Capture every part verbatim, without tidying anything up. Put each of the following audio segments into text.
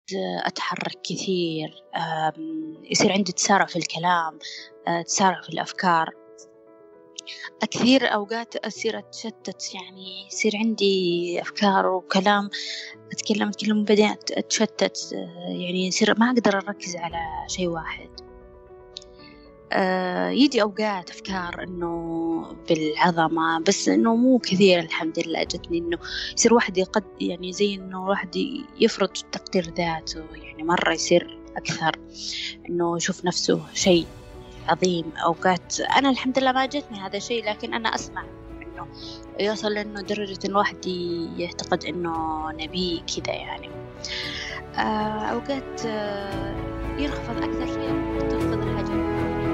أتحرك كثير، يصير عندي تسارع في الكلام، تسارع في الأفكار. كثير أوقات أصير أتشتت، يعني يصير عندي أفكار وكلام، أتكلم أتكلم بعدين أتشتت، يعني يصير ما أقدر أركز على شيء واحد. أه يجي أوقات أفكار إنه بالعظمة، بس إنه مو كثير الحمد لله. جتني إنه يصير واحد يقد يعني زي إنه واحد يفرض تقدير ذاته، يعني مرة يصير أكثر إنه يشوف نفسه شيء عظيم. أوقات أنا الحمد لله ما جتني هذا الشيء، لكن أنا أسمع إنه يوصل إنه درجة الواحد يعتقد إنه نبي كذا يعني. أه أوقات أه ينخفض أكثر شيء، تنخفض الحاجة.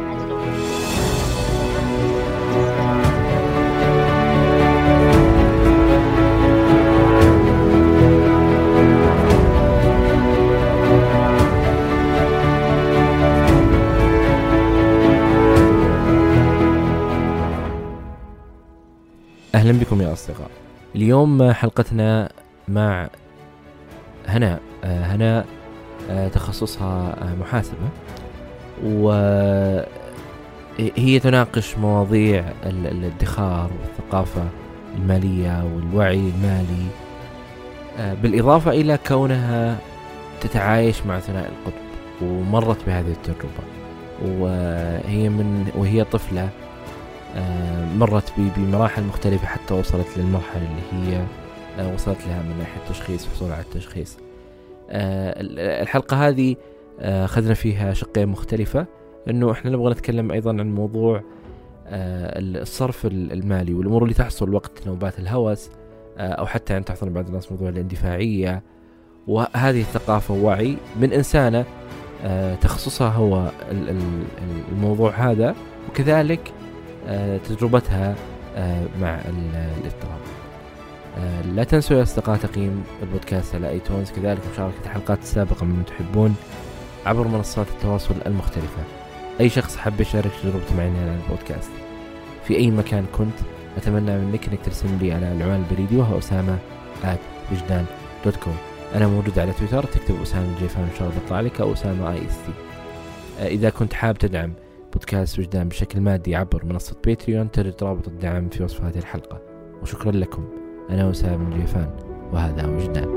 أهلا بكم يا أصدقاء. اليوم حلقتنا مع هناء. هناء تخصصها محاسبة، وهي تناقش مواضيع الادخار والثقافة المالية والوعي المالي، بالإضافة إلى كونها تتعايش مع ثنائي القطب ومرت بهذه التجربة، وهي من وهي طفلة مرت بمراحل مختلفة حتى وصلت للمرحلة اللي هي وصلت لها من ناحية التشخيص، حصول على التشخيص. الحلقة هذه أخذنا فيها شقين مختلفة، إنه إحنا نبغى نتكلم أيضا عن موضوع الصرف المالي والأمور اللي تحصل وقت نوبات الهوس، أو حتى أن تحصل بعض الناس موضوع الاندفاعية، وهذه الثقافة ووعي من إنسانة تخصصها هو الموضوع هذا، وكذلك تجربتها مع الاضطراب. لا تنسوا يا أصدقاء تقييم البودكاست على ايتونز، كذلك مشاركة الحلقات السابقة ممن تحبون عبر منصات التواصل المختلفة. أي شخص حب يشارك تجربته معنا على البودكاست في أي مكان كنت، أتمنى منك أنك ترسل لي على العنوان البريدي وهو أسامة آت وجدان دوت كوم. أنا موجود على تويتر، تكتب أسامة الجيفان إن شاء الله يطلع لك، أو أسامة آي إس تي. إذا كنت حاب تدعم بودكاست وجدان بشكل مادي عبر منصة باتريون، تجد رابط الدعم في وصف هذه الحلقة. وشكرا لكم. أنا أسامة الجيفان وهذا وجدان.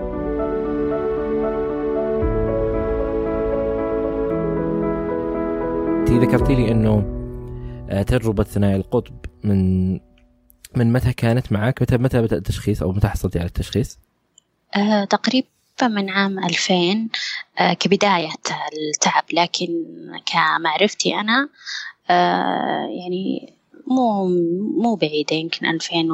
تي ذكرتي لي أنه تجربة ثنائي القطب من من متى كانت معك؟ متى متى بدأ التشخيص أو متى حصلتي على التشخيص؟ أه تقريبا من عام ألفين أه كبداية التعب، لكن كمعرفتي أنا أه يعني مو مو بعيدة، يمكن ألفين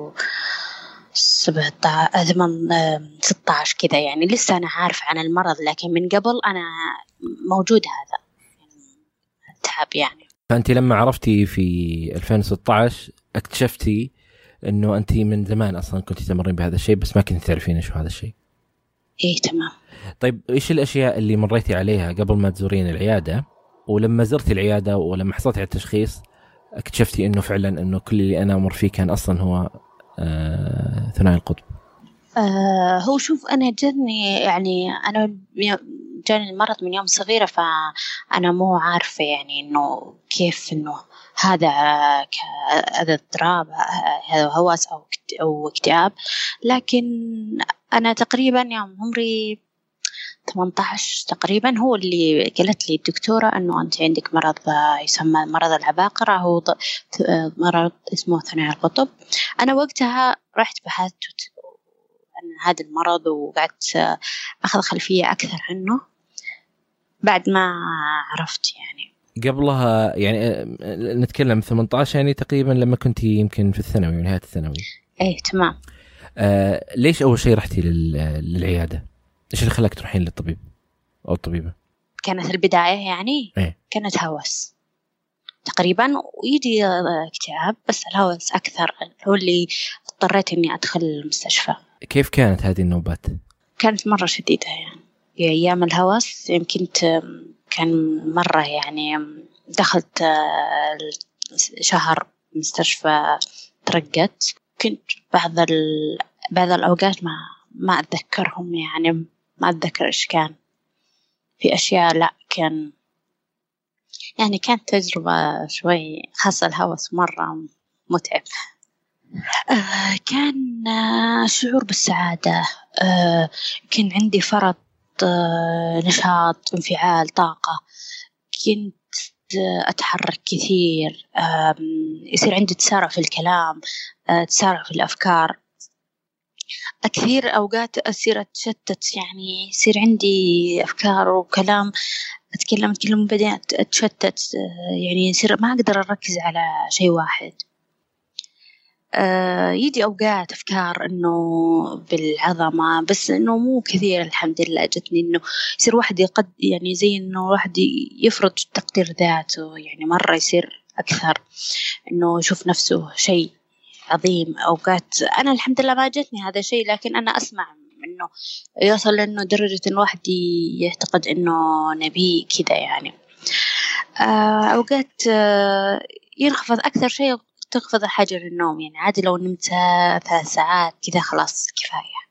وسبعة عشر ستة عشر كذا، يعني لسه أنا عارف عن المرض، لكن من قبل أنا موجود هذا التعب يعني. فأنت لما عرفتي في ألفين وستة عشر اكتشفتي إنه أنت من زمان أصلاً كنت تمرين بهذا الشيء، بس ما كنت تعرفين إيش هذا الشيء. إيه تمام. طيب إيش الأشياء اللي مريتي عليها قبل ما تزورين العيادة، ولما زرتي العيادة ولما حصلتي على التشخيص اكتشفتي إنه فعلاً إنه كل اللي أنا أمر فيه كان أصلاً هو آه ثنائي القطب؟ آه هو شوف، أنا جاني يعني أنا جاني المرض من يوم صغيرة، فأنا مو عارفة يعني إنه كيف إنه هذا هذا اضطراب، هذا هوس أو أو اكتئاب. لكن أنا تقريبا يوم عمري ثمانية عشر تقريبا هو اللي قالت لي الدكتورة إنه أنت عندك مرض يسمى مرض العباقرة، هو مرض اسمه ثنائي القطب. أنا وقتها رحت بحثت عن هذا المرض وقعدت أخذ خلفية أكثر عنه بعد ما عرفت يعني. قبلها يعني نتكلم ثمانية عشر يعني تقريبا لما كنت يمكن في الثانوي، نهاية الثانوي. إيه تمام. آه ليش أول شيء رحتي للعيادة؟ إيش اللي خلاك تروحين للطبيب أو الطبيبة؟ كانت البداية يعني إيه؟ كانت هوس تقريبا، ويجي اكتئاب، بس الهوس أكثر هو اللي اضطريت إني أدخل المستشفى. كيف كانت هذه النوبات؟ كانت مرة شديدة يعني، أيام الهوس يمكن كان مرة يعني دخلت شهر مستشفى ترقت. كنت بعض ال... بعض الأوقات ما ما أتذكرهم يعني، ما أتذكر إيش كان. في أشياء لا كان يعني كانت تجربة شوي، خاصة الهوس مرة متعب. آه كان آه شعور بالسعادة، آه كان عندي فرط آه نشاط، انفعال، طاقة. كنت آه أتحرك كثير، آه يصير عندي تسارع في الكلام، آه تسارع في الأفكار. كثير أوقات أصير أتشتت، يعني يصير عندي أفكار وكلام، أتكلم أتكلم وبعدين أتشتت، يعني يصير ما أقدر أركز على شيء واحد. أه يجي أوقات أفكار إنه بالعظمة، بس إنه مو كثير الحمد لله. جتني إنه يصير واحد يقد يعني زي إنه واحد يفرض تقدير ذاته، يعني مرة يصير أكثر إنه يشوف نفسه شيء عظيم. أوقات أنا الحمد لله ما جتني هذا الشيء، لكن أنا أسمع إنه يوصل إنه درجة إن الواحد يعتقد إنه نبي كذا يعني. أوقات ينخفض أكثر شيء، تخفض حجر النوم، يعني عادي لو نمت ثلاث ساعات كذا خلاص كفاية.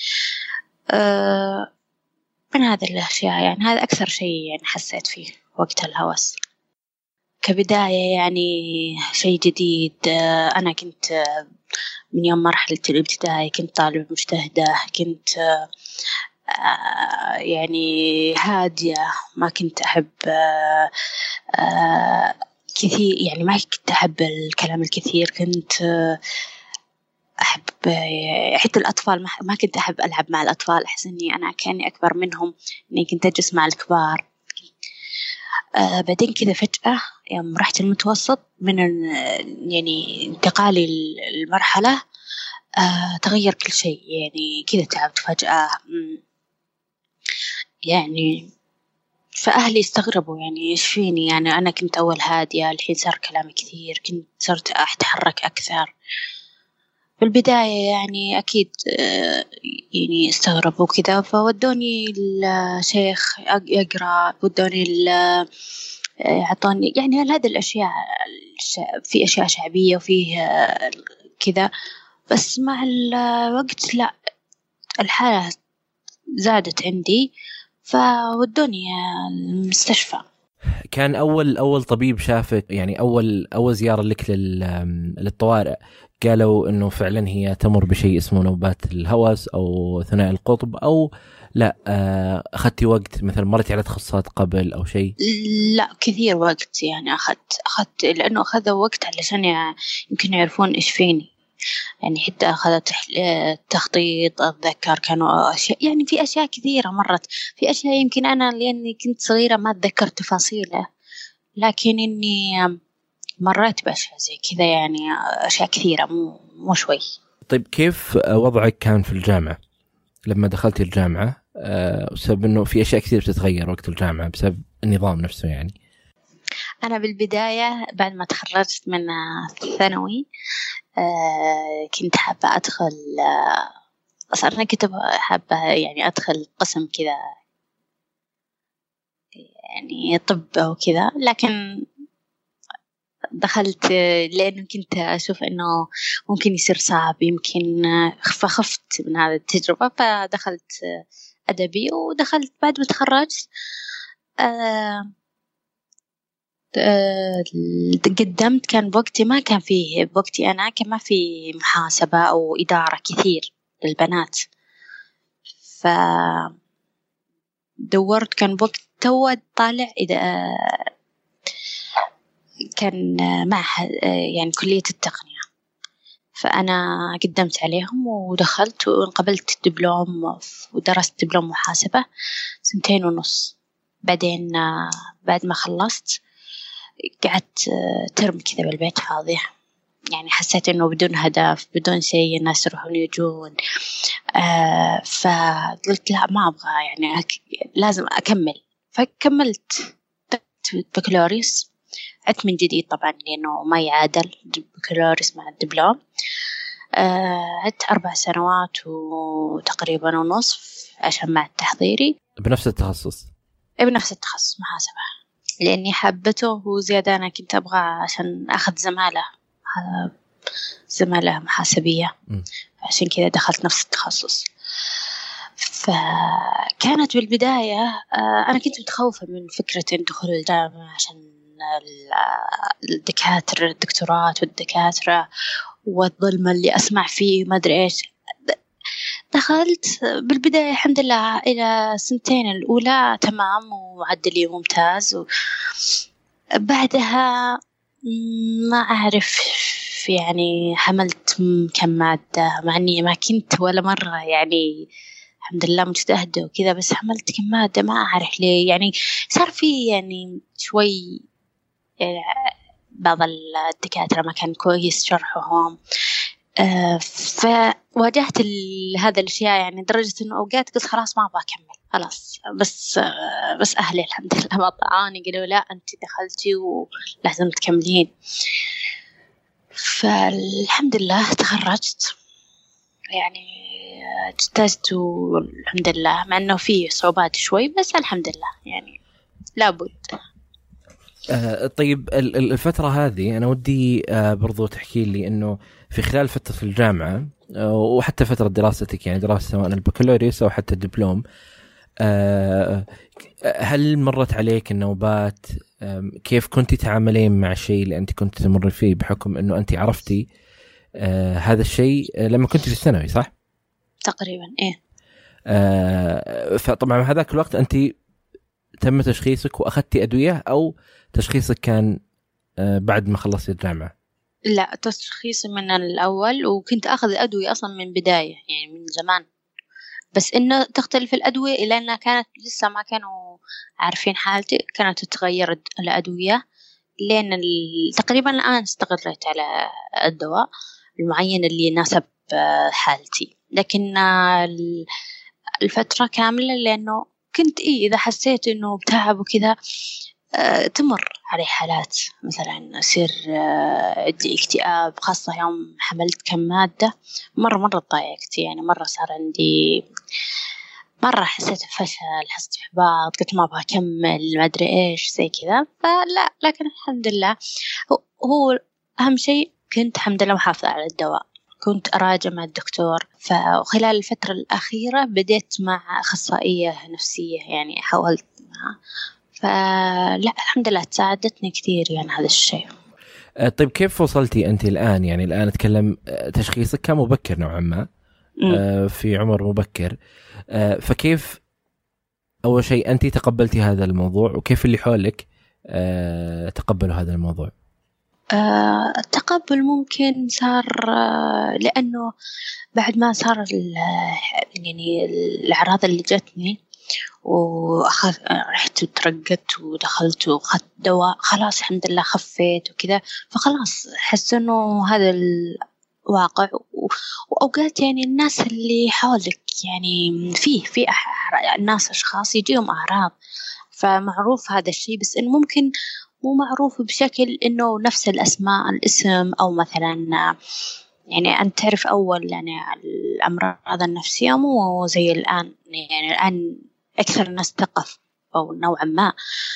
من هذا الأشياء يعني هذا أكثر شيء يعني حسيت فيه وقت الهوس كبداية. يعني شيء جديد، أنا كنت من يوم مرحلة الابتدائي كنت طالبة مجتهدة، كنت يعني هادية، ما كنت أحب كثير، يعني ما كنت أحب الكلام الكثير، كنت أحب حتى الأطفال ما كنت أحب ألعب مع الأطفال، أحس إني أنا كأني أكبر منهم، إني كنت أجلس مع الكبار. آه بعدين كذا فجأة يوم رحت المتوسط من يعني انتقالي المرحلة آه تغير كل شيء، يعني كذا تعبت فجأة يعني. فأهلي استغربوا يعني إيش فيني، يعني أنا كنت أول هادية الحين صار كلامي كثير، كنت صرت أتحرك أكثر. في البداية يعني أكيد آه يعني استغربوا كذا، فودوني الشيخ يقرأ، ودوني أعطاني يعني هذه الأشياء، في أشياء شعبية وفيه كذا. بس مع الوقت لا، الحالة زادت عندي، فودوني المستشفى. كان أول أول طبيب شافك، يعني أول أول زيارة لك للطوارئ، قالوا إنه فعلا هي تمر بشيء اسمه نوبات الهوس أو ثنائي القطب، أو لا أخذتي وقت مثلا مرتي على تخصصات قبل أو شيء؟ لا كثير وقت يعني أخذت أخذت لأنه أخذ وقت علشان يمكن يعرفون إيش فيني، يعني حتى أخذت تخطيط. أتذكر كانوا أشياء، يعني في أشياء كثيرة مرت، في أشياء يمكن أنا لأني كنت صغيرة ما أتذكر تفاصيله، لكن إني مريت بأشياء زي كذا، يعني أشياء كثيرة مو مو شوي. طيب كيف وضعك كان في الجامعة لما دخلتي الجامعة؟ أه بسبب إنه في أشياء كثير بتتغير وقت الجامعة بسبب النظام نفسه. يعني أنا بالبداية بعد ما تخرجت من الثانوي أه كنت حابة أدخل، أصلا أنا كنت حابة يعني أدخل قسم كذا يعني طب أو كذا، لكن دخلت لأنه كنت أشوف أنه ممكن يصير صعب يمكن، فخفت من هذه التجربة، فدخلت أدبي. ودخلت بعد ما تخرجت أه أه قدمت، كان بوقتي ما كان فيه، بوقتي أنا كان ما في محاسبة أو إدارة كثير للبنات، فدورت كان بوقت تو طالع إذا كان معهد يعني كلية التقنية، فأنا قدمت عليهم ودخلت وانقبلت دبلوم، ودرست دبلوم محاسبة سنتين ونص. بعدين بعد ما خلصت قعدت ترم كذا بالبيت فاضية، يعني حسيت إنه بدون هدف بدون شيء، الناس يروحون يجون، آه فقلت لا ما أبغى يعني أك... لازم أكمل. فكملت بكالوريوس، عدت من جديد طبعا لأنه ما يعادل بكالوريوس مع الدبلوم. آه عدت أربع سنوات وتقريبا ونصف عشان مع التحضيري. بنفس التخصص؟ بنفس التخصص محاسبة، لأني حبته وزيادة أنا كنت أبغى عشان أخذ زمالة زمالة محاسبية م. عشان كذا دخلت نفس التخصص. ف فكانت بالبداية أنا كنت متخوفة من فكرة أن دخول الجامعة عشان الدكاترة الدكتورات والدكاترة والظلم اللي أسمع فيه ما أدري إيش. دخلت بالبداية الحمد لله إلى سنتين الأولى تمام وعدلي ممتاز، وبعدها ما أعرف يعني حملت كم مادة مع إني ما كنت ولا مرة يعني الحمد لله مجتهدة وكذا، بس حملت كم مادة ما أعرف ليه. يعني صار في يعني شوي يعني بعض الدكاترة ما كان كويس شرحهم، آه فواجهت هذا الأشياء يعني درجة إنه أوقات قلت خلاص ما أبغى أكمل خلاص، بس آه بس أهلي الحمد لله ما طعاني قالوا لا أنت دخلتي ولازم تكملين. فالحمد لله تخرجت يعني اجتزت والحمد لله، مع أنه فيه صعوبات شوي بس الحمد لله يعني لابد. آه طيب الفترة هذه أنا ودي آه برضو تحكي لي إنه في خلال فترة الجامعة آه وحتى فترة دراستك يعني دراسة سواء البكالوريوس أو حتى الدبلوم، آه هل مرت عليك النوبات؟ آه كيف كنت تعاملين مع الشيء اللي أنت كنت تمر فيه بحكم إنه أنت عرفتي آه هذا الشيء آه لما كنت في الثانوي صح؟ تقريبا إيه. آه فطبعا هذاك الوقت أنت تم تشخيصك وأخذتي أدوية أو تشخيصك كان آه بعد ما خلصت الجامعة؟ لا تشخيصي من الأول، وكنت أخذ أدوية أصلا من بداية يعني من زمان، بس إنه تختلف الأدوية لأنها كانت لسه ما كانوا عارفين حالتي، كانت تتغير الأدوية لأن تقريبا الآن استقريت على الدواء المعين اللي يناسب حالتي، لكن الفترة كاملة لأنه كنت إيه إذا حسيت إنه بتعب وكذا أه تمر علي حالات مثلا أصير عندي أه اكتئاب، خاصة يوم حملت كم مادة مرة مرة ضايقت يعني، مرة صار عندي مرة حسيت بفشل، حسيت بإحباط، قلت ما أبغى أكمل ما أدري إيش زي كذا. فلا لكن الحمد لله هو أهم شيء كنت الحمد لله محافظة على الدواء، كنت أراجع مع الدكتور. فخلال الفترة الأخيرة بديت مع أخصائية نفسية يعني حاولت معها، فلا الحمد لله تساعدتني كثير يعني هذا الشيء. طيب كيف وصلتي أنت الآن؟ يعني الآن أتكلم تشخيصك كان مبكر نوعا ما في عمر مبكر، فكيف أول شيء أنت تقبلتي هذا الموضوع وكيف اللي حولك تقبلوا هذا الموضوع؟ أه التقبل ممكن صار أه لأنه بعد ما صار يعني الأعراض اللي جتني وأخذ رحت وترقدت ودخلت وأخذت دواء خلاص الحمد لله خفيت وكذا، فخلاص حس إنه هذا الواقع. وأوقات يعني الناس اللي حولك يعني فيه في الناس أشخاص يجيهم أعراض فمعروف هذا الشيء، بس إنه ممكن مو معروف بشكل إنه نفس الأسماء الاسم أو مثلا يعني أنت تعرف أول يعني الأمراض النفسية مو زي الآن، يعني الآن أكثر الناس تقف أو نوعا ما،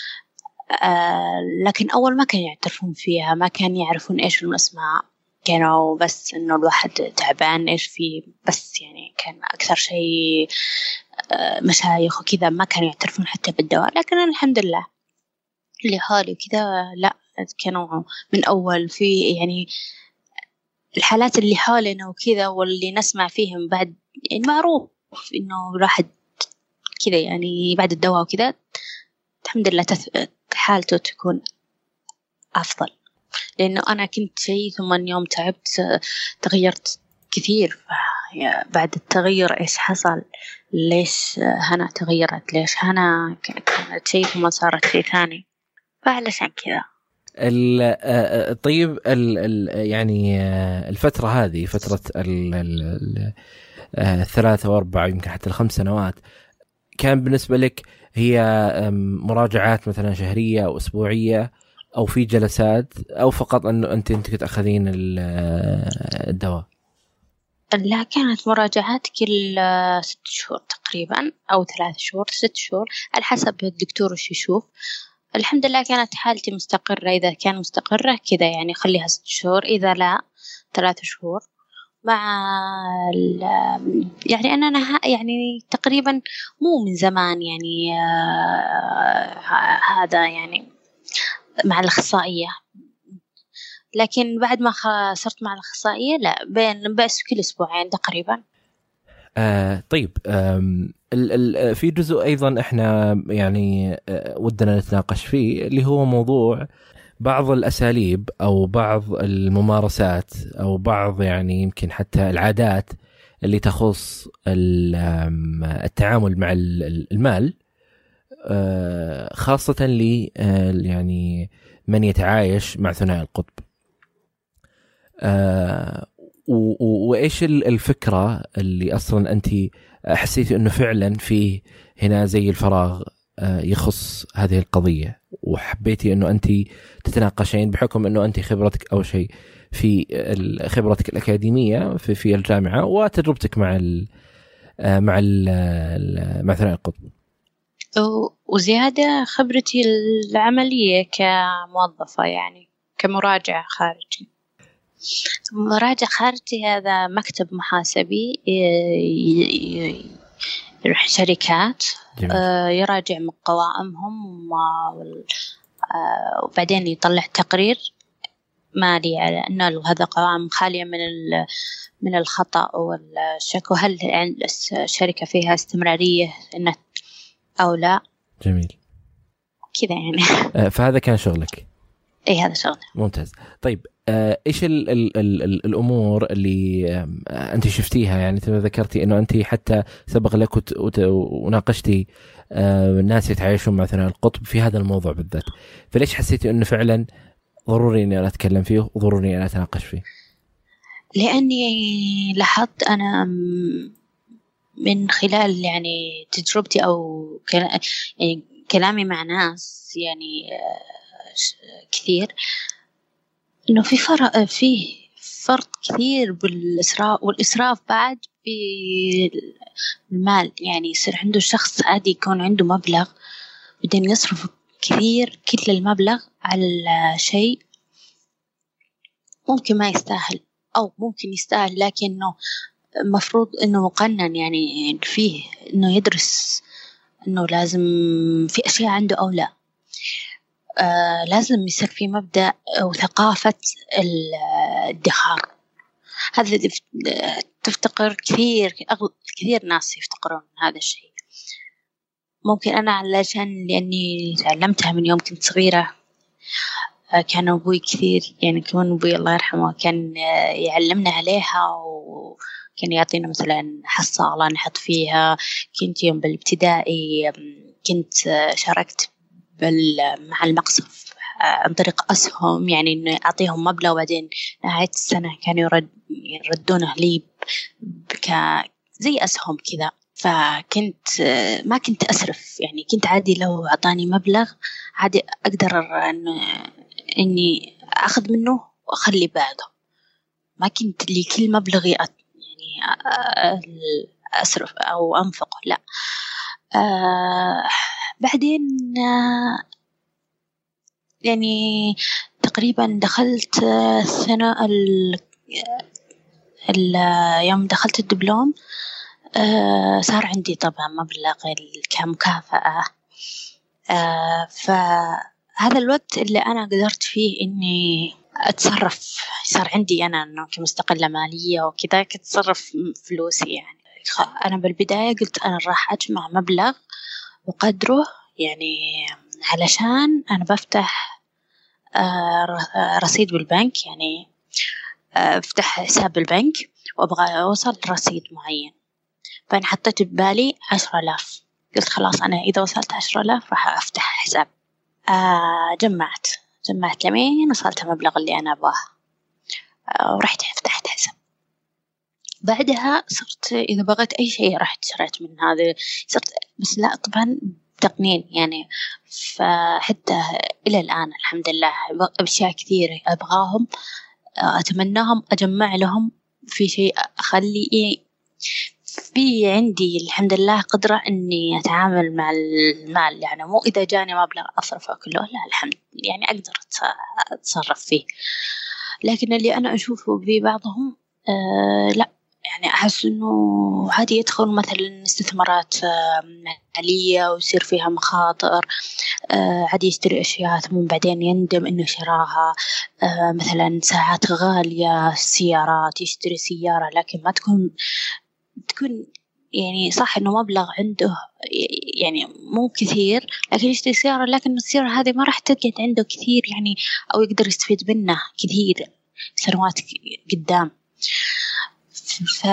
آه لكن أول ما كانوا يعترفون فيها، ما كانوا يعرفون إيش الأسماء، كانوا بس إنه الواحد تعبان إيش فيه بس، يعني كان أكثر شيء آه مشايخ وكذا ما كانوا يعترفون حتى بالدواء. لكن الحمد لله اللي حالي وكذا لا كانوا من أول في يعني الحالات اللي حالنا وكذا واللي نسمع فيهم بعد يعني معروف إنه الواحد كذا يعني بعد الدواء وكذا الحمد لله حالته تكون أفضل، لأنه أنا كنت شيء ثم يوم تعبت تغيرت كثير. بعد التغير إيش حصل؟ ليش هنا تغيرت؟ ليش هنا كانت شيء ثم صارت شيء ثاني؟ فعلشان كذا. طيب ال ال يعني الفترة هذه فترة ال ال الثلاثة وأربعة يمكن حتى الخمس سنوات كان بالنسبة لك هي مراجعات مثلا شهرية أو أسبوعية أو في جلسات أو فقط أنه أنت أنت تأخذين الدواء؟ لا كانت مراجعات كل ست شهور تقريبا أو ثلاث شهور ست شهور على حسب الدكتور وش يشوف. الحمد لله كانت حالتي مستقرة، إذا كان مستقرة كذا يعني خليها ست شهور، إذا لا ثلاث شهور. مع يعني أنا أنا يعني تقريبا مو من زمان يعني هذا يعني مع الأخصائية، لكن بعد ما صرت مع الأخصائية لا بين بس كل أسبوعين تقريبا. آه طيب ال ال في جزء أيضا إحنا يعني آه ودنا نتناقش فيه، اللي هو موضوع بعض الأساليب أو بعض الممارسات أو بعض يعني يمكن حتى العادات اللي تخص التعامل مع المال، آه خاصة لي آه يعني من يتعايش مع ثنائي القطب. آه وإيش الفكرة اللي أصلا أنت حسيتي أنه فعلا فيه هنا زي الفراغ يخص هذه القضية، وحبيتي أنه أنت تتناقشين بحكم أنه أنت خبرتك أو شيء في خبرتك الأكاديمية في في الجامعة وتجربتك مع ال مع ال مع ثنائي القطب، وزيادة خبرتي العملية كموظفة يعني كمراجع خارجي. مراجع خارجي هذا مكتب محاسبي يروح شركات يراجع قوائمهم وبعدين يطلع تقرير مالي على أن هذا قوائم خالية من من الخطأ والشك، وهل الشركة فيها استمرارية إنه أو لا. جميل كذا يعني. فهذا كان شغلك؟ إيه هذا شغلي. ممتاز. طيب إيش ال ال ال ال الأمور اللي أنت شفتيها؟ يعني ذكرتي إنه أنت حتى سبق لك وناقشتي الناس يتعايشون مع ثنائي القطب في هذا الموضوع بالذات، فليش حسيتي إنه فعلا ضروري إني أنا أتكلم فيه وضروري أنا أتناقش فيه؟ لأني لاحظت أنا من خلال يعني تجربتي أو يعني كلامي مع ناس يعني كثير إنه في فرق فيه فرق كثير بالإسراف، والإسراف بعد بالمال. يعني يصير عنده شخص عادي يكون عنده مبلغ بعدين يصرف كثير كل المبلغ على شيء ممكن ما يستاهل أو ممكن يستاهل، لكنه مفروض إنه مقنن يعني فيه إنه يدرس إنه لازم في أشياء عنده أو لا. آه لازم يصير في مبدأ أو ثقافة الادخار. هذا تفتقر كثير كثير ناس يفتقرون هذا الشيء. ممكن أنا علشان لأني تعلمتها من يوم كنت صغيرة. آه كان أبوي كثير يعني كمان أبوي الله يرحمه كان آه يعلمنا عليها، وكان يعطينا مثلا حصالة نحط فيها. كنت يوم بالابتدائي كنت آه شاركت مع المقصف عن طريق أسهم، يعني إنه أعطيهم مبلغ وبعدين نهاية السنة كانوا يرد يردونه لي ك زي أسهم كذا. فكنت ما كنت أسرف يعني كنت عادي لو أعطاني مبلغ عادي أقدر إن إني أخذ منه وأخلي بعده، ما كنت لي كل مبلغ يعني أسرف أو أنفقه لا. آه بعدين يعني تقريبا دخلت السنة ال ال يوم دخلت الدبلوم صار عندي طبعا مبلغ كمكافأة. فهذا الوقت اللي أنا قدرت فيه إني أتصرف، صار عندي أنا إنه كمستقلة مالية وكذا كنت أتصرف فلوسي. يعني أنا بالبداية قلت أنا راح أجمع مبلغ وقدره يعني علشان أنا بفتح رصيد بالبنك، يعني أفتح حساب بالبنك وأبغى أوصل رصيد معين. فأنا حطيت ببالي عشرة آلاف، قلت خلاص أنا إذا وصلت عشرة آلاف راح أفتح حساب. جمعت جمعت لمين وصلت المبلغ اللي أنا أبغاه ورحت فتحت حساب. بعدها صرت إذا بغيت أي شيء رحت شريت من هذا، صرت بس لا طبعا تقنين يعني. فحتى إلى الآن الحمد لله أشياء كثيرة أبغاهم أتمناهم أجمع لهم في شيء أخلي إيه في عندي الحمد لله قدرة إني أتعامل مع المال. يعني مو إذا جاني مبلغ أصرفه كله لا، الحمد يعني أقدر أتصرف فيه. لكن اللي أنا أشوفه في بعضهم أه لا، يعني أحس إنه عادي يدخل مثلا استثمارات مالية ويصير فيها مخاطر. أه عادي يشتري أشياء ثم بعدين يندم إنه شراها. أه مثلا ساعات غالية، سيارات، يشتري سيارة لكن ما تكون تكون يعني صح إنه مبلغ عنده يعني مو كثير، لكن يشتري سيارة لكن السيارة هذه ما راح تقعد عنده كثير يعني، أو يقدر يستفيد منها كثير سنوات قدام. ف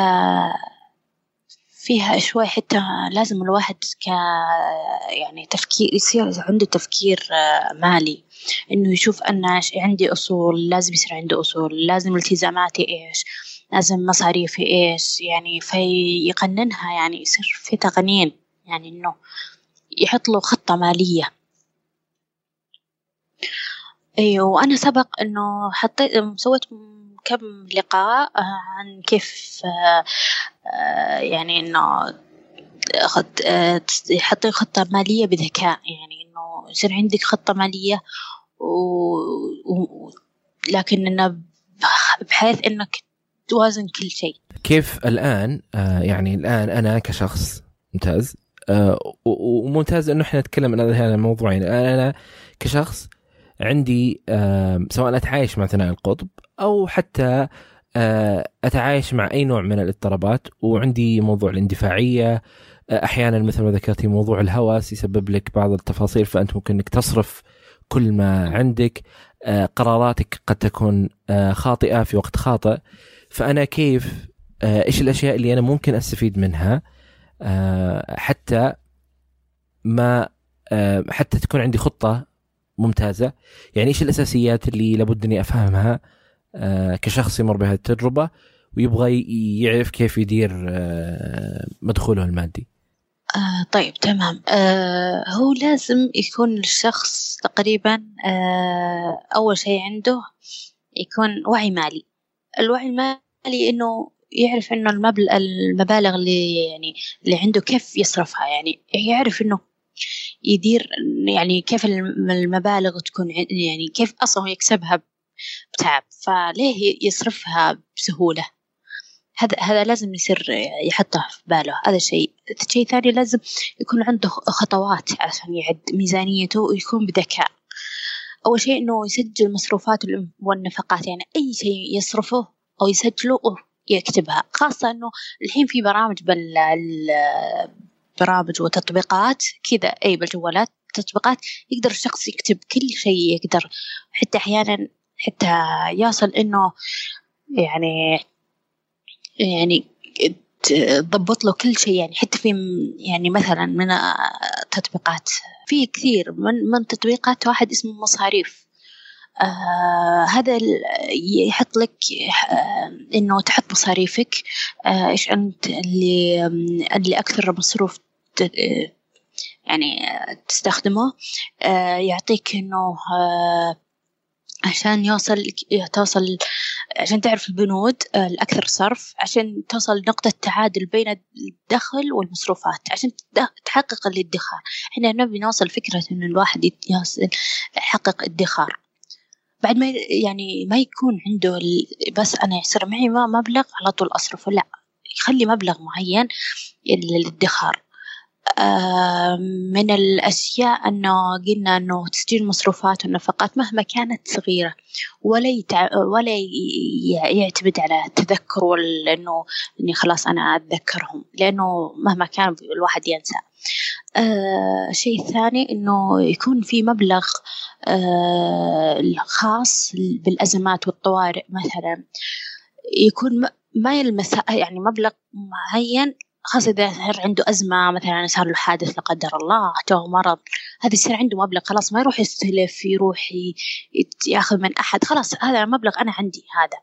فيها شوي حتى لازم الواحد ك يعني تفكير، يصير عنده تفكير مالي، إنه يشوف أن عندي أصول، لازم يصير عنده أصول، لازم التزاماتي إيش، لازم مصاريفي إيش، يعني فيقننها، يعني يصير في تقنين، يعني إنه يحط له خطة مالية. أيوة، وأنا سبق إنه حطيت سويت كم لقاء عن كيف يعني إنه يحطي خطة مالية بذكاء، يعني إنه يصير عندك خطة مالية و... و... لكن إنه بحيث إنك توازن كل شيء. كيف الآن آه يعني الآن أنا كشخص ممتاز آه وممتاز إنه إحنا نتكلم عن هذا الموضوع. يعني أنا كشخص عندي آه سواء أتعايش مع ثنائي القطب أو حتى آه أتعايش مع أي نوع من الاضطرابات، وعندي موضوع الاندفاعية، آه أحيانا مثل ما ذكرتي موضوع الهوس يسبب لك بعض التفاصيل، فأنت ممكن إنك تصرف كل ما عندك، آه قراراتك قد تكون آه خاطئة في وقت خاطئ. فأنا كيف آه إيش الأشياء اللي أنا ممكن أستفيد منها آه حتى ما آه حتى تكون عندي خطة ممتازة؟ يعني إيش الأساسيات اللي لابد أني أفهمها آه كشخص يمر بهذه التجربة ويبغى يعرف كيف يدير آه مدخوله المادي؟ آه طيب تمام. آه هو لازم يكون الشخص تقريبا آه أول شيء عنده يكون وعي مالي. الوعي المالي إنه يعرف إنه المبلغ المبالغ اللي يعني اللي عنده كيف يصرفها، يعني يعرف إنه يدير يعني كيف المبالغ تكون، يعني كيف أصلا يكسبها بتعب، فليه يصرفها بسهولة. هذا هذا لازم يصير يحطه في باله. هذا شيء. شيء ثاني لازم يكون عنده خطوات عشان يعد ميزانيته ويكون بذكاء. أول شيء إنه يسجل مصروفات والنفقات، يعني أي شيء يصرفه أو يسجله يكتبها، خاصة إنه الحين في برامج بال برامج وتطبيقات كذا، أي بالجوالات تطبيقات يقدر الشخص يكتب كل شيء يقدر، حتى أحيانا حتى يصل إنه يعني يعني تضبط له كل شيء، يعني حتى في يعني مثلا من تطبيقات في كثير من من تطبيقات واحد اسمه مصاريف. آه هذا يحط لك آه إنه تحط مصاريفك، آه إيش أنت اللي اللي أكثر مصروف يعني تستخدمه. آه يعطيك إنه آه عشان يوصل توصل عشان تعرف البنود الأكثر صرف، عشان توصل نقطة تعادل بين الدخل والمصروفات، عشان تحقق الادخار. إحنا نبي نوصل فكرة إن الواحد يصل يحقق ادخار، بعد ما يعني ما يكون عنده بس أنا يصير معي ما مبلغ على طول أصرفه، لا، يخلي مبلغ معين للادخار. من الأشياء أنه قلنا أنه تسجيل المصروفات والنفقات مهما كانت صغيرة، ولا يتع... ولا يعتمد على التذكر، ولا إنه إني خلاص أنا أتذكرهم، لأنه مهما كان الواحد ينسى. آه شيء ثاني إنه يكون في مبلغ آه خاص بالأزمات والطوارئ، مثلا يكون ما يلمس يعني مبلغ معين خاصة إذا صار عنده أزمة، مثلا صار له حادث لا قدر الله، جاء مرض، هذا يصير عنده مبلغ خلاص ما يروح يستلف، يروح يأخذ من أحد، خلاص هذا المبلغ أنا عندي هذا.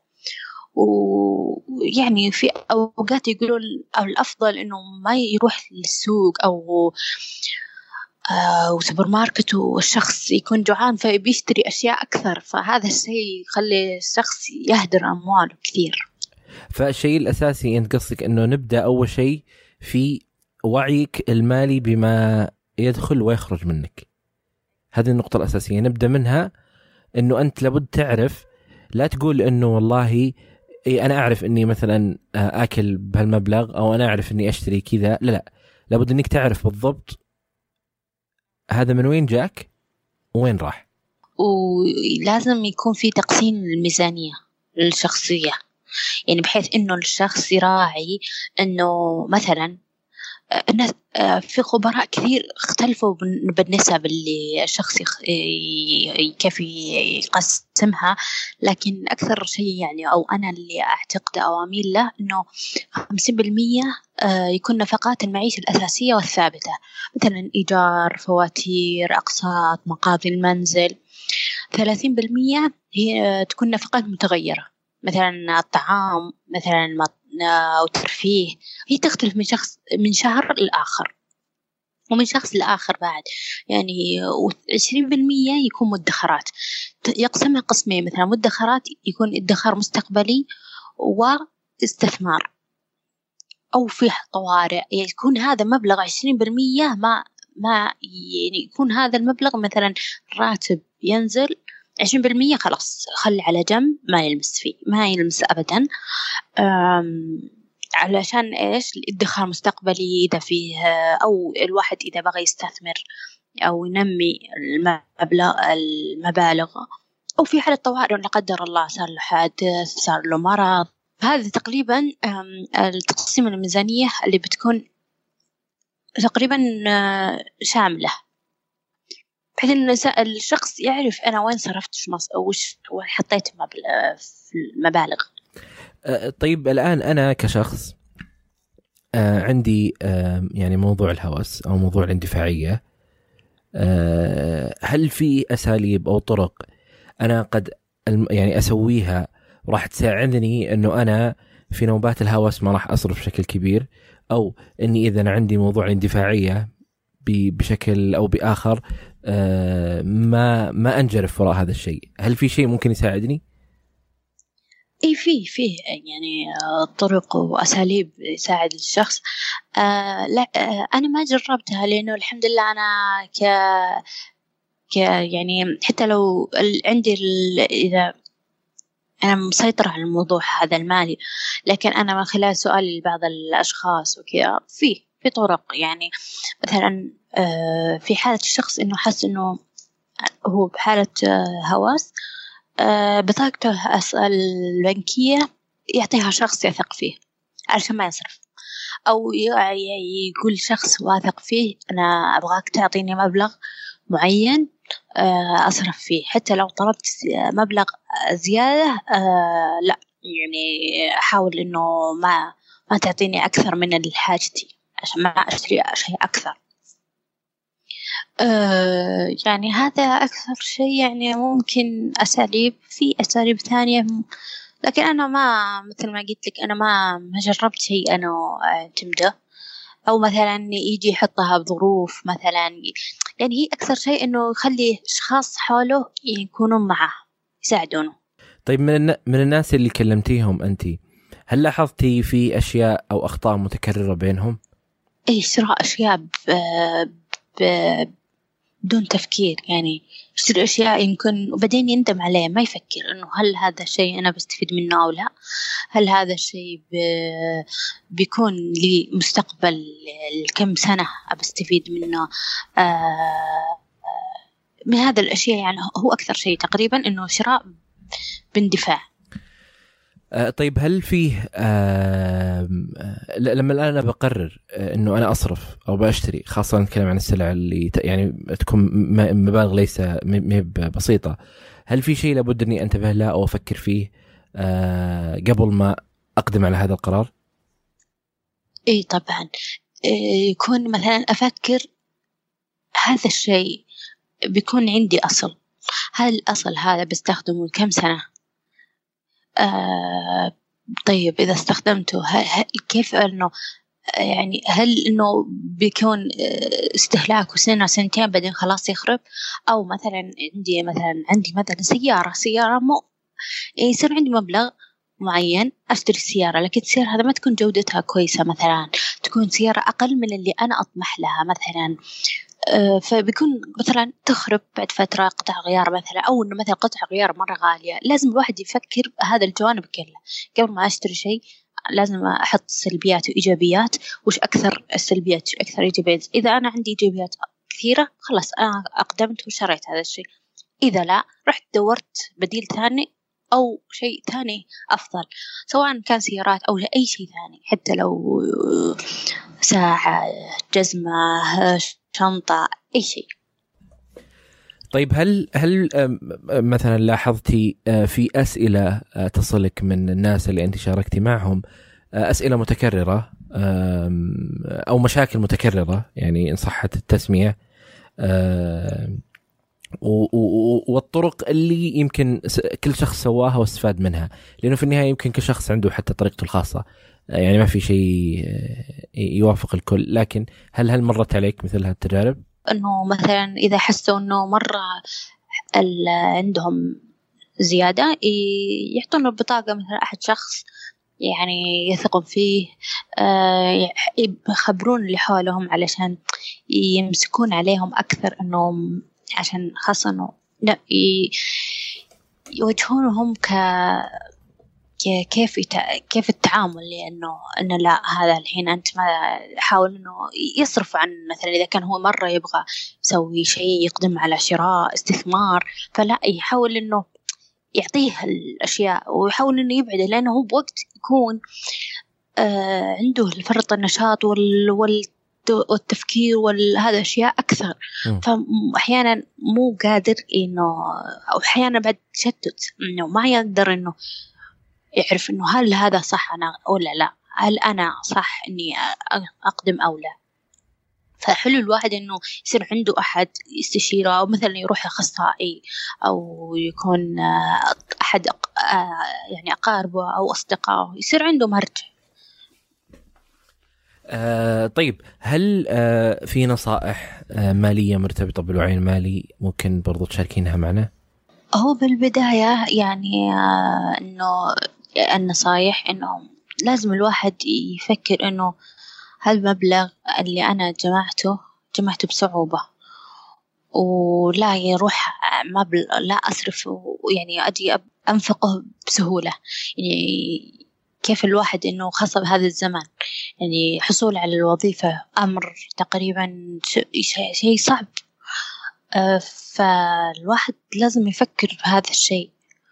ويعني في أوقات يقولون الأفضل إنه ما يروح للسوق أو أو سوبر ماركت والشخص يكون جوعان فبيشتري أشياء أكثر، فهذا الشيء يخلي الشخص يهدر أمواله كثير. فالشيء الأساسي أنت قصدك أنه نبدأ أول شيء في وعيك المالي بما يدخل ويخرج منك. هذه النقطة الأساسية نبدأ منها، أنه أنت لابد تعرف، لا تقول أنه والله إيه أنا أعرف إني مثلا آكل بهالمبلغ، أو أنا أعرف إني أشتري كذا. لا لا، لابد إنك تعرف بالضبط هذا من وين جاك وين راح. ولازم يكون في تقسيم الميزانية الشخصية، يعني بحيث إنه الشخص يراعي إنه مثلا الناس في خبراء كثير اختلفوا بالنسب اللي الشخص كيف يقسمها، لكن أكثر شيء يعني أو أنا اللي أعتقد أو أميل له إنه خمسين بالمية يكون نفقات المعيشة الأساسية والثابتة، مثلا إيجار، فواتير، أقساط، مقاضي المنزل. ثلاثين بالمية هي تكون نفقات متغيرة، مثلا الطعام مثلا أو ترفيه، هي تختلف من شخص من شهر لآخر ومن شخص لآخر بعد يعني. وعشرين بالمية يكون مدخرات، يقسمها قسمين، مثلا مدخرات يكون ادخار مستقبلي واستثمار، أو في طوارئ يعني يكون هذا مبلغ عشرين بالمية ما ما يعني يكون هذا المبلغ مثلا راتب ينزل عشرين بالمية خلاص خلي على جنب ما يلمس فيه ما يلمس أبدا، علشان إيش؟ الادخار مستقبلي إذا فيه، أو الواحد إذا بغى يستثمر أو ينمي المبلغ المبالغ، أو في حالة طوارئ لا قدر الله صار له حادث صار له مرض. هذه تقريبا التقسيم الميزانية اللي بتكون تقريبا شاملة، بحيث إن الشخص يعرف أنا وين صرفت وش حطيت في المبالغ. طيب الآن أنا كشخص عندي يعني موضوع الهوس أو موضوع الاندفاعية، هل في أساليب أو طرق أنا قد يعني أسويها راح تساعدني أنه أنا في نوبات الهوس ما راح أصرف بشكل كبير، أو أني إذا أنا عندي موضوع الاندفاعية بشكل أو بآخر ما ما أنجرف وراء هذا الشيء؟ هل في شيء ممكن يساعدني؟ اي في في يعني طرق واساليب يساعد الشخص. آه لا آه انا ما جربتها لانه الحمد لله انا ك ك يعني حتى لو عندي اذا انا مسيطره على الموضوع هذا المالي، لكن انا من خلال سؤالي لبعض الاشخاص وكذا في في طرق يعني مثلا آه في حاله الشخص انه حس انه هو بحاله آه هوس، آه بطاقته البنكية يعطيها شخص يثق فيه علشان ما يصرف، أو يقول شخص واثق فيه أنا أبغاك تعطيني مبلغ معين آه أصرف فيه، حتى لو طلبت مبلغ زيادة آه لا يعني أحاول إنه ما ما تعطيني أكثر من حاجتي عشان ما أشتري شيء أكثر. أه يعني هذا أكثر شيء يعني ممكن أساليب، في أساليب ثانية لكن أنا ما مثل ما قلت لك أنا ما ما جربت شيء أنا أعتمده، أو مثلا يجي يحطها بظروف مثلا، يعني هي أكثر شيء إنه يخلي أشخاص حوله يكونون معه يساعدونه. طيب من من الناس اللي كلمتيهم أنت، هل لاحظتي في أشياء أو أخطاء متكررة بينهم؟ إيه شراء أشياء ب ب بدون تفكير، يعني يشتري أشياء يمكن وبعدين يندم عليه، ما يفكر إنه هل هذا الشيء أنا بستفيد منه أو لا، هل هذا الشيء بيكون لي مستقبل لكم سنة أبستفيد منه. آه من هذا الأشياء يعني هو أكثر شيء تقريبا إنه شراء باندفاع. طيب هل فيه آه لما الآن أنا بقرر إنه أنا أصرف أو بأشتري، خاصة نتكلم عن السلع اللي يعني تكون مبالغ ليس بسيطة، هل في شيء لابد أني أنتبه له أو أفكر فيه آه قبل ما أقدم على هذا القرار؟ إيه طبعا يكون مثلا أفكر هذا الشيء بيكون عندي أصل، هل الأصل هذا بستخدمه كم سنة؟ آه طيب إذا استخدمته كيف أنه يعني هل إنه بيكون استهلاكه سنة سنتين بعدين خلاص يخرب، أو مثلا عندي مثلا عندي مثلا سيارة سيارة مو يصير عندي مبلغ معين أشتري السيارة، لكن السيارة هذا ما تكون جودتها كويسة، مثلا تكون سيارة أقل من اللي أنا أطمح لها، مثلا آه، فبيكون مثلا تخرب بعد فترة قطع غيار مثلا، أو إنه مثلا قطع غيار مرة غالية. لازم الواحد يفكر بهذا الجوانب كلها قبل ما أشتري شيء. لازم أحط سلبيات وإيجابيات، وش أكثر السلبيات وش أكثر إيجابيات. إذا أنا عندي إيجابيات كثيرة خلاص أنا أقدمت وشريت هذا الشيء، إذا لا رحت دورت بديل ثاني أو شيء ثاني أفضل، سواء كان سيارات أو أي شيء ثاني، حتى لو ساعة، جزمة، شنطة، أي شيء. طيب هل هل مثلا لاحظتي في أسئلة تصلك من الناس اللي أنت شاركتي معهم، أسئلة متكررة أو مشاكل متكررة يعني إن صحت التسمية، والطرق اللي يمكن كل شخص سواها واستفاد منها؟ لأنه في النهاية يمكن كل شخص عنده حتى طريقته الخاصة، يعني ما في شيء يوافق الكل. لكن هل هل مرت عليك مثل هالتجارب؟ إنه مثلا إذا حسوا إنه مرة عندهم زيادة يحطون البطاقة مثلا أحد شخص يعني يثقون فيه، يخبرون اللي حولهم علشان يمسكون عليهم أكثر، إنهم عشان خاصة إنه لا يوجهونهم ك كيف كيف التعامل، لأنه إنه لا هذا الحين أنت ما حاول إنه يصرف عن مثلا إذا كان هو مرة يبغى يسوي شيء يقدم على شراء استثمار، فلا يحاول إنه يعطيه الأشياء ويحاول إنه يبعده، لأنه هو بوقت يكون آه عنده فرط النشاط وال والتفكير وهذا أشياء أكثر، فأحيانا مو قادر إنه، أو أحيانا بعد تشتت إنه ما يقدر إنه يعرف إنه هل هذا صح أنا ولا لا، هل أنا صح إني أقدم أو لا. فحلو الواحد إنه يصير عنده أحد يستشيره، أو مثلا يروح أخصائي، أو يكون أحد يعني أقاربه أو أصدقائه، يصير عنده مرجع. آه طيب هل آه في نصائح آه مالية مرتبطة بالوعي المالي ممكن برضو تشاركينها معنا؟ هو بالبداية يعني آه إنه النصائح إنه لازم الواحد يفكر إنه هالمبلغ اللي أنا جمعته جمعته بصعوبة، ولا يروح مبلغ لا أصرف يعني أجي أنفقه بسهولة. يعني كيف الواحد إنه خاصة بهذا الزمان يعني حصول على الوظيفة أمر تقريبا شيء صعب، فالواحد لازم يفكر بهذا الشيء.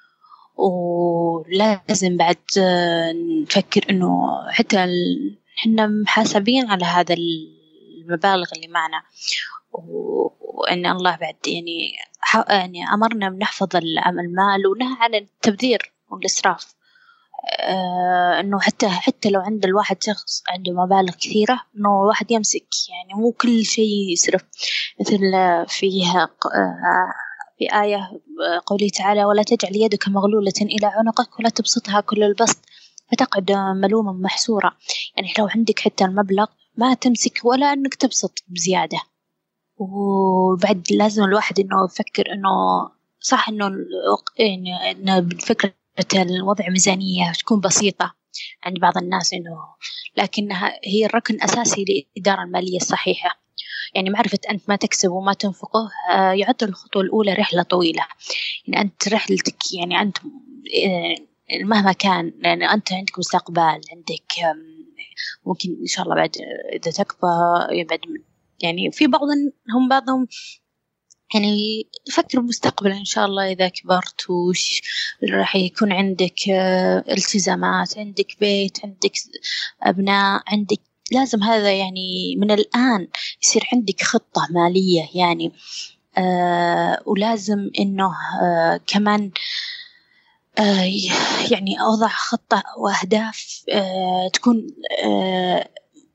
ولازم بعد نفكر إنه حتى إحنا محاسبين على هذا المبالغ اللي معنا، وإن الله بعد يعني يعني أمرنا بنحفظ المال ونهى عن التبذير والإسراف. آه إنه حتى حتى لو عند الواحد شخص عنده مبالغ كثيرة إنه الواحد يمسك، يعني مو كل شيء يسرف. مثل فيها في آية قوله تعالى: ولا تجعل يدك مغلولة إلى عنقك ولا تبسطها كل البسط فتقعد ملوما محسورا. يعني لو عندك حتى المبلغ ما تمسك ولا إنك تبسط بزيادة. وبعد لازم الواحد إنه يفكر إنه صح إنه يعني إنه بالفكرة الوضع ميزانية تكون بسيطة عند بعض الناس، إنه لكنها هي الركن الأساسي للإدارة المالية الصحيحة. يعني معرفة أنت ما تكسب وما تنفقه يعد الخطوة الأولى رحلة طويلة. يعني أنت رحلتك يعني أنت مهما كان، يعني أنت عندك مستقبل، عندك ممكن إن شاء الله بعد إذا تكبر بعد يعني في بعض هم بعضهم يعني يفكر مستقبلا إن شاء الله إذا كبرت وش راح يكون عندك التزامات، عندك بيت، عندك أبناء، عندك لازم هذا يعني من الآن يصير عندك خطة مالية يعني. آه ولازم إنه آه كمان آه يعني أوضع خطة وأهداف آه تكون آه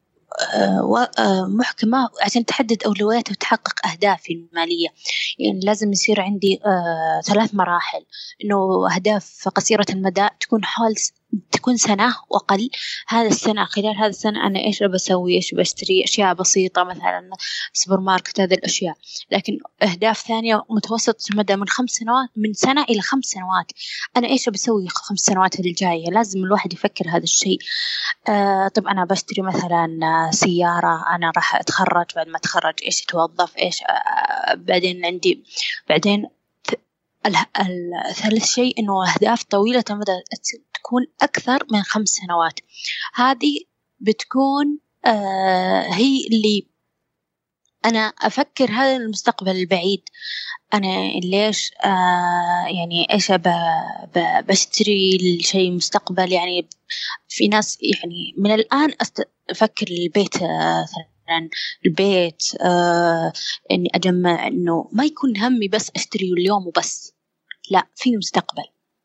محكمة عشان تحدد أولوياتي وتحقق أهدافي المالية. يعني لازم يصير عندي آه ثلاث مراحل، إنه أهداف قصيرة المدى تكون حول تكون سنة وأقل. هذا السنة خلال هذا السنة أنا إيش بسوي، إيش بشتري، أشياء بسيطة مثلا سوبر ماركت هذه الأشياء. لكن أهداف ثانية متوسط المدى من خمس سنوات، من سنة إلى خمس سنوات، أنا إيش بسوي خمس سنوات الجاية. لازم الواحد يفكر هذا الشيء. آه طب أنا بشتري مثلا سيارة، أنا راح أتخرج، بعد ما أتخرج إيش أتوظف، إيش آه بعدين عندي بعدين الثالث شيء إنه أهداف طويلة المدى تكون أكثر من خمس سنوات. هذه بتكون آه هي اللي أنا أفكر هذا المستقبل البعيد. أنا ليش آه يعني إيش بشتري الشيء مستقبل. يعني في ناس يعني من الآن أفكر البيت مثلا البيت آه إني أجمع، إنه ما يكون همي بس أشتري اليوم وبس، لا، في مستقبل.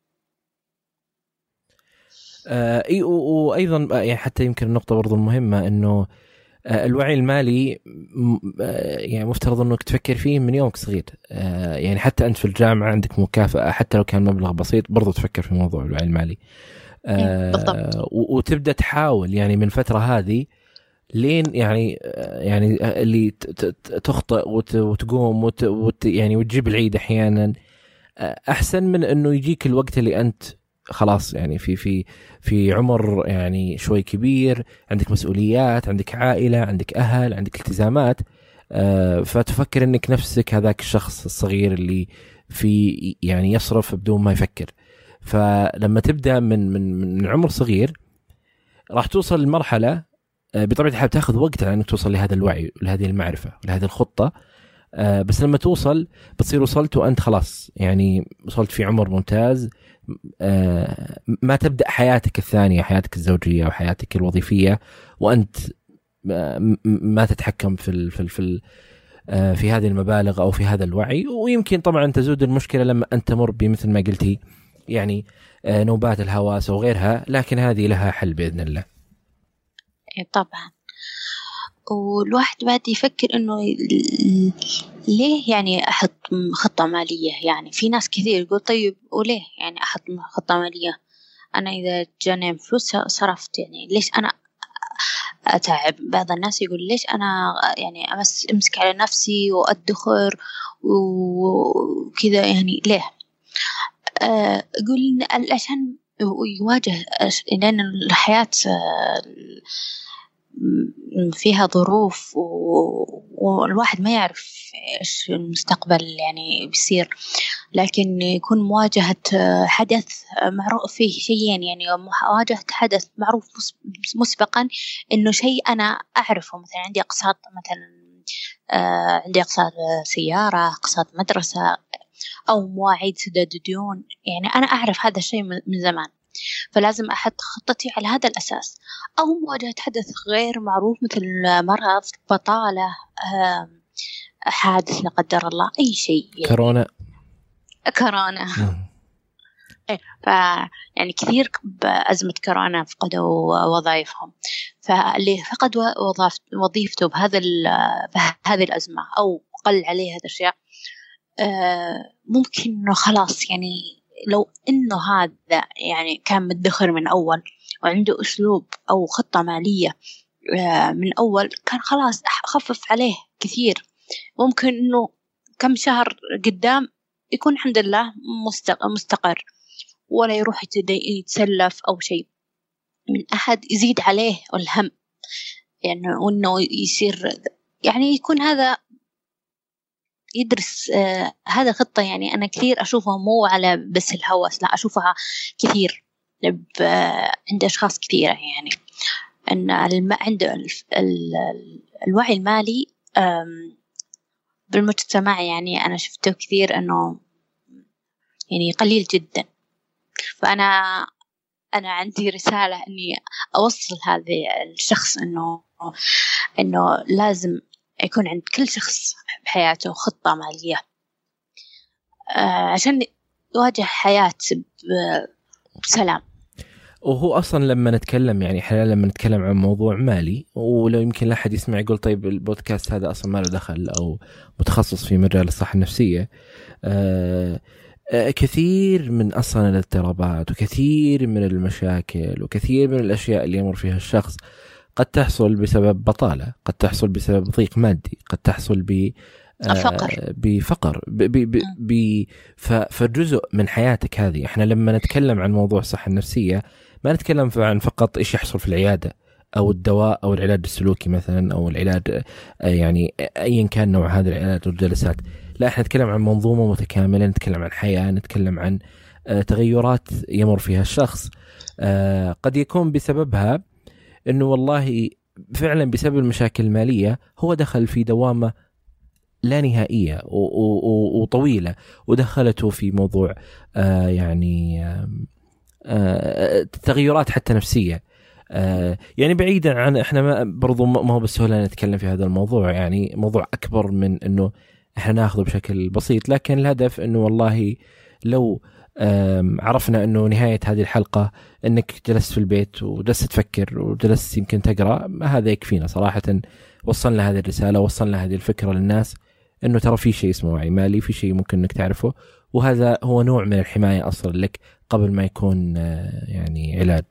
آه وأيضا يعني حتى يمكن النقطة برضو المهمة إنه آه الوعي المالي آه يعني مفترض إنك تفكر فيه من يومك صغير. آه يعني حتى أنت في الجامعة عندك مكافأة حتى لو كان مبلغ بسيط، برضو تفكر في موضوع الوعي المالي. آه وتبدأ تحاول يعني من فترة هذه لين يعني يعني اللي تخطئ وتقوم وت وت يعني وتجيب العيد أحيانا أحسن من إنه يجيك الوقت اللي أنت خلاص يعني في في في عمر يعني شوي كبير، عندك مسؤوليات، عندك عائلة، عندك أهل، عندك التزامات، فتفكر إنك نفسك هذاك الشخص الصغير اللي في يعني يصرف بدون ما يفكر. فلما تبدأ من من من عمر صغير راح توصل لمرحلة بطبيعة الحال تأخذ وقت على أنك توصل لهذا الوعي ولهذه المعرفة ولهذه الخطة. بس لما توصل بتصير وصلت وأنت خلاص يعني وصلت في عمر ممتاز، ما تبدأ حياتك الثانية، حياتك الزوجية وحياتك الوظيفية وأنت ما تتحكم في ال في ال في, ال في هذه المبالغ أو في هذا الوعي. ويمكن طبعا تزود المشكلة لما أنت تمر بمثل ما قلتي يعني نوبات الهواس وغيرها، لكن هذه لها حل بإذن الله. طبعا. والواحد بعد يفكر إنه ليه يعني أحط خطة مالية. يعني في ناس كثير يقول طيب وليه يعني أحط خطة مالية؟ أنا إذا جاني فلوس صرفت، يعني ليش أنا أتعب؟ بعض الناس يقول ليش أنا يعني أمس أمسك على نفسي وأدخر وكذا، يعني ليه؟ أه أقول عشان يواجه، لأن الحياة فيها ظروف والواحد ما يعرف إيش المستقبل يعني بيصير، لكن يكون مواجهة حدث معروف فيه شيئين. يعني مواجهة حدث معروف مسبقا إنه شيء أنا أعرفه، مثلا عندي أقساط، مثلا آه عندي أقساط سيارة، أقساط مدرسة، أو مواعيد سداد ديون. يعني أنا أعرف هذا الشيء من زمان، فلازم أحط خطتي على هذا الأساس. أو مواجهة حدث غير معروف مثل مرض، بطالة، حادث لا قدر الله، أي شيء يعني. كورونا كورونا إيه. ف يعني كثير بأزمة كورونا فقدوا وظائفهم، فاللي فقد وظيفته بهذا بهذه الأزمة أو قل عليه هذا الشيء، ممكن إنه خلاص يعني لو إنه هذا يعني كان مدخر من أول وعنده أسلوب أو خطة مالية من أول، كان خلاص خفف عليه كثير. ممكن إنه كم شهر قدام يكون الحمد لله مستقر، ولا يروح يتسلف أو شيء من أحد يزيد عليه الهم، يعني وإنه يصير يعني يكون هذا يدرس آه هذا خطة. يعني أنا كثير أشوفها مو على بس الهوس، لا أشوفها كثير آه عند أشخاص كثيرة، يعني أن الم... عند ال... ال... الوعي المالي بالمجتمع، يعني أنا شفته كثير أنه يعني قليل جدا. فأنا أنا عندي رسالة إني أوصل هذا الشخص إنه إنه لازم يكون عند كل شخص بحياته خطة مالية آه عشان يواجه حياة بسلام. وهو أصلا لما نتكلم يعني حاليا لما نتكلم عن موضوع مالي، ولو يمكن لا أحد يسمع يقول طيب البودكاست هذا أصلا ما له دخل أو متخصص في مجال الصحة النفسية، آه كثير من أصلا الاضطرابات وكثير من المشاكل وكثير من الأشياء اللي يمر فيها الشخص قد تحصل بسبب بطالة، قد تحصل بسبب ضيق مادي، قد تحصل ب فقر بفقر ب ب ب فجزء من حياتك هذه. احنا لما نتكلم عن موضوع الصحة النفسية ما نتكلم عن فقط إيش يحصل في العيادة أو الدواء أو العلاج السلوكي مثلا أو العلاج يعني أيا كان نوع هذا العلاج والجلسات، لا احنا نتكلم عن منظومة متكاملة، نتكلم عن حياة، نتكلم عن تغيرات يمر فيها الشخص قد يكون بسببها انه والله فعلا بسبب المشاكل المالية هو دخل في دوامة لا نهائية وطويلة ودخلته في موضوع يعني تغيرات حتى نفسية. يعني بعيدا عن احنا ما برضو ما هو بالسهولة نتكلم في هذا الموضوع، يعني موضوع أكبر من انه احنا ناخذه بشكل بسيط، لكن الهدف انه والله لو عرفنا انه نهاية هذه الحلقة انك جلست في البيت وجلست تفكر وجلست يمكن تقرأ، هذا يكفينا صراحة. وصلنا هذه الرسالة، وصلنا هذه الفكرة للناس انه ترى في شيء اسمه وعي مالي، في شيء ممكن انك تعرفه، وهذا هو نوع من الحماية اصلا لك قبل ما يكون يعني علاج.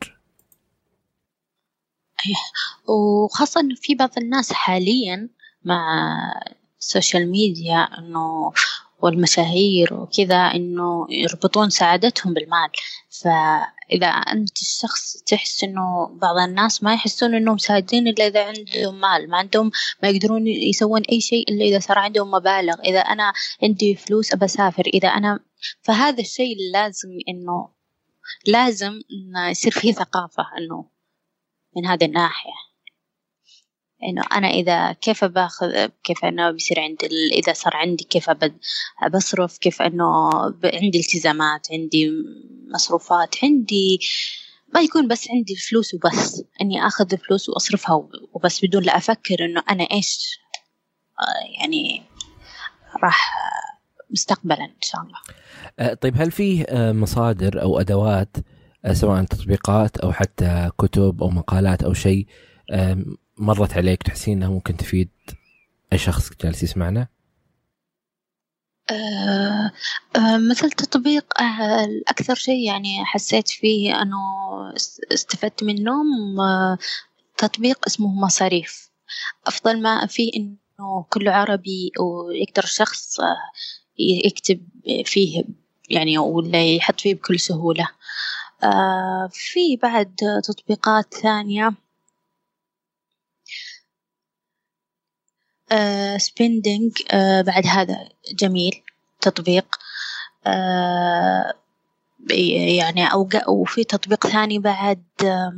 وخاصة انه في بعض الناس حاليا مع السوشيال ميديا انه والمشاهير وكذا انه يربطون سعادتهم بالمال. فاذا انت الشخص تحس انه بعض الناس ما يحسون انهم سعيدين الا اذا عندهم مال، ما عندهم ما يقدرون يسوون اي شيء الا اذا صار عندهم مبالغ، اذا انا عندي فلوس ابى اسافر، اذا انا فهذا الشيء لازم انه لازم انه يصير فيه ثقافة انه من هذه الناحية، إنه أنا إذا كيف باخذ، كيف إنه بيصير عندي إذا صار عندي كيف بصرف، كيف إنه عندي التزامات، عندي مصروفات، عندي ما يكون بس عندي فلوس وبس إني أخذ فلوس وأصرفها وبس بدون لا أفكر إنه أنا إيش يعني راح مستقبلا إن شاء الله. طيب هل فيه مصادر أو أدوات سواء تطبيقات أو حتى كتب أو مقالات أو شيء مرت عليك تحسين أنها ممكن تفيد أي شخص جالس يسمعنا؟ أه أه مثل تطبيق أه الأكثر شيء يعني حسيت فيه أنه استفدت منه أه تطبيق اسمه مصاريف. أفضل ما فيه أنه كله عربي ويقدر الشخص أه يكتب فيه يعني ولا يحط فيه بكل سهولة. أه في بعد تطبيقات ثانية سبيندينج uh, uh, بعد هذا جميل تطبيق uh, يعني أوقع. وفي تطبيق ثاني بعد uh,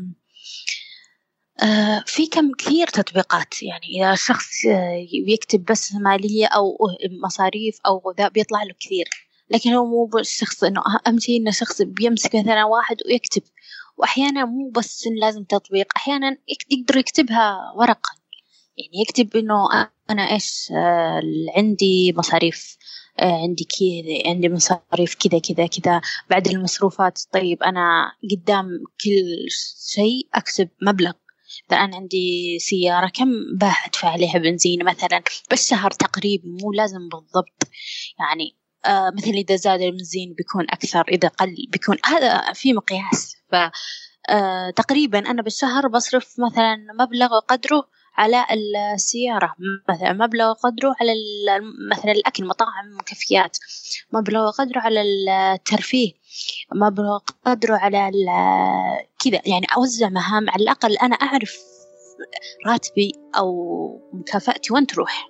uh, في كم كثير تطبيقات، يعني إذا الشخص uh, يكتب بس مالية أو مصاريف أو ذا بيطلع له كثير، لكن هو مو بالشخص إنه أهم شيء إنه شخص بيمسك مثلا واحد ويكتب، وأحيانا مو بس لازم تطبيق، أحيانا يقدر يكتبها ورقة، يعني يكتب إنه أنا إيش آه عندي مصاريف آه عندي كذا، عندي مصاريف كذا كذا كذا، بعد المصروفات طيب أنا قدام كل شيء أكسب مبلغ، إذا أنا عندي سيارة كم بدفع عليها بنزين مثلا بالشهر تقريبا، مو لازم بالضبط يعني آه مثلا إذا زاد البنزين بيكون أكثر، إذا قل بيكون، هذا في مقياس. ف آه تقريبا أنا بالشهر بصرف مثلا مبلغ قدره على السيارة، مثلا مبلغ قدره على مثلا الأكل مطاعم كافيات، مبلغ قدره على الترفيه، مبلغ قدره على كذا، يعني أوزع مهام على الأقل أنا أعرف راتبي أو مكافأتي وين تروح،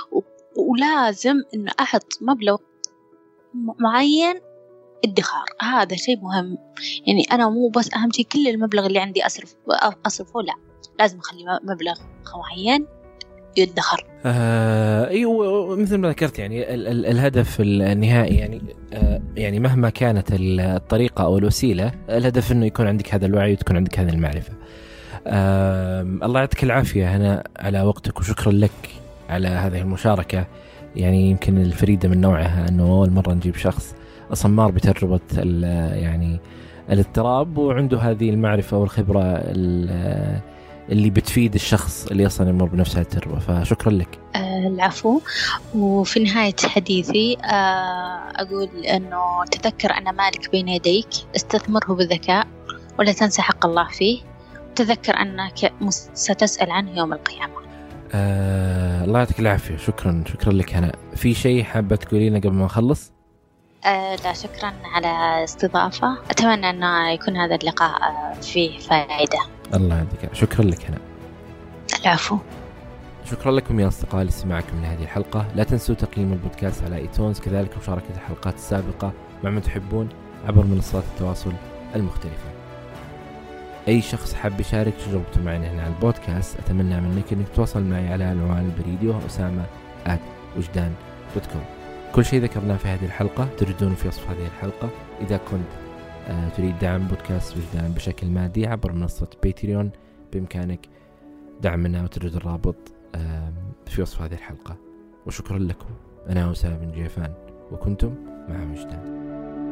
ولازم إن أحط مبلغ معين ادخار، هذا شيء مهم. يعني أنا مو بس أهم شيء كل المبلغ اللي عندي أصرف أصرفه، لا لازم أخلي مبلغ معين يدخر. آه أيوة مثل ما ذكرت، يعني ال- ال- الهدف النهائي يعني آه يعني مهما كانت الطريقة أو الوسيلة، الهدف إنه يكون عندك هذا الوعي وتكون عندك هذه المعرفة. آه الله يعطيك العافية هنا على وقتك، وشكرا لك على هذه المشاركة، يعني يمكن الفريدة من نوعها إنه أول مرة نجيب شخص أصلا مر بتجربة يعني الاضطراب وعنده هذه المعرفة والخبرة اللي بتفيد الشخص اللي أصلا يمر بنفس هذه التجربة، فشكرا لك. العفو. وفي نهاية حديثي أقول أنه تذكر أن مالك بين يديك، استثمره بذكاء ولا تنسى حق الله فيه، تذكر أنك ستسأل عنه يوم القيامة. آه، الله يعطيك العافية. شكرا شكرا لك. أنا في شيء حابة تقولينه قبل ما نخلص؟ آه لا، شكرا على استضافة. أتمنى أن يكون هذا اللقاء فيه فائدة. الله يعطيك. شكرا لك. أنا العفو. شكرا لكم يا أصدقاء لاستماعكم لهذه الحلقة. لا تنسوا تقييم البودكاست على ايتونز، كذلك مشاركة الحلقات السابقة مع من تحبون عبر منصات التواصل المختلفة. أي شخص حاب يشارك تجربته معنا هنا على البودكاست، أتمنى منك أنك تتواصل معي على العنوان البريدي وهو أسامة آت وجدان دوت كوم. كل شيء ذكرناه في هذه الحلقة تجدونه في وصف هذه الحلقة. إذا كنت آه تريد دعم بودكاست وجدان بشكل مادي عبر منصة باتريون، بإمكانك دعمنا وتجد الرابط آه في وصف هذه الحلقة. وشكرا لكم. أنا أسامة بن جيفان وكنتم مع وجدان.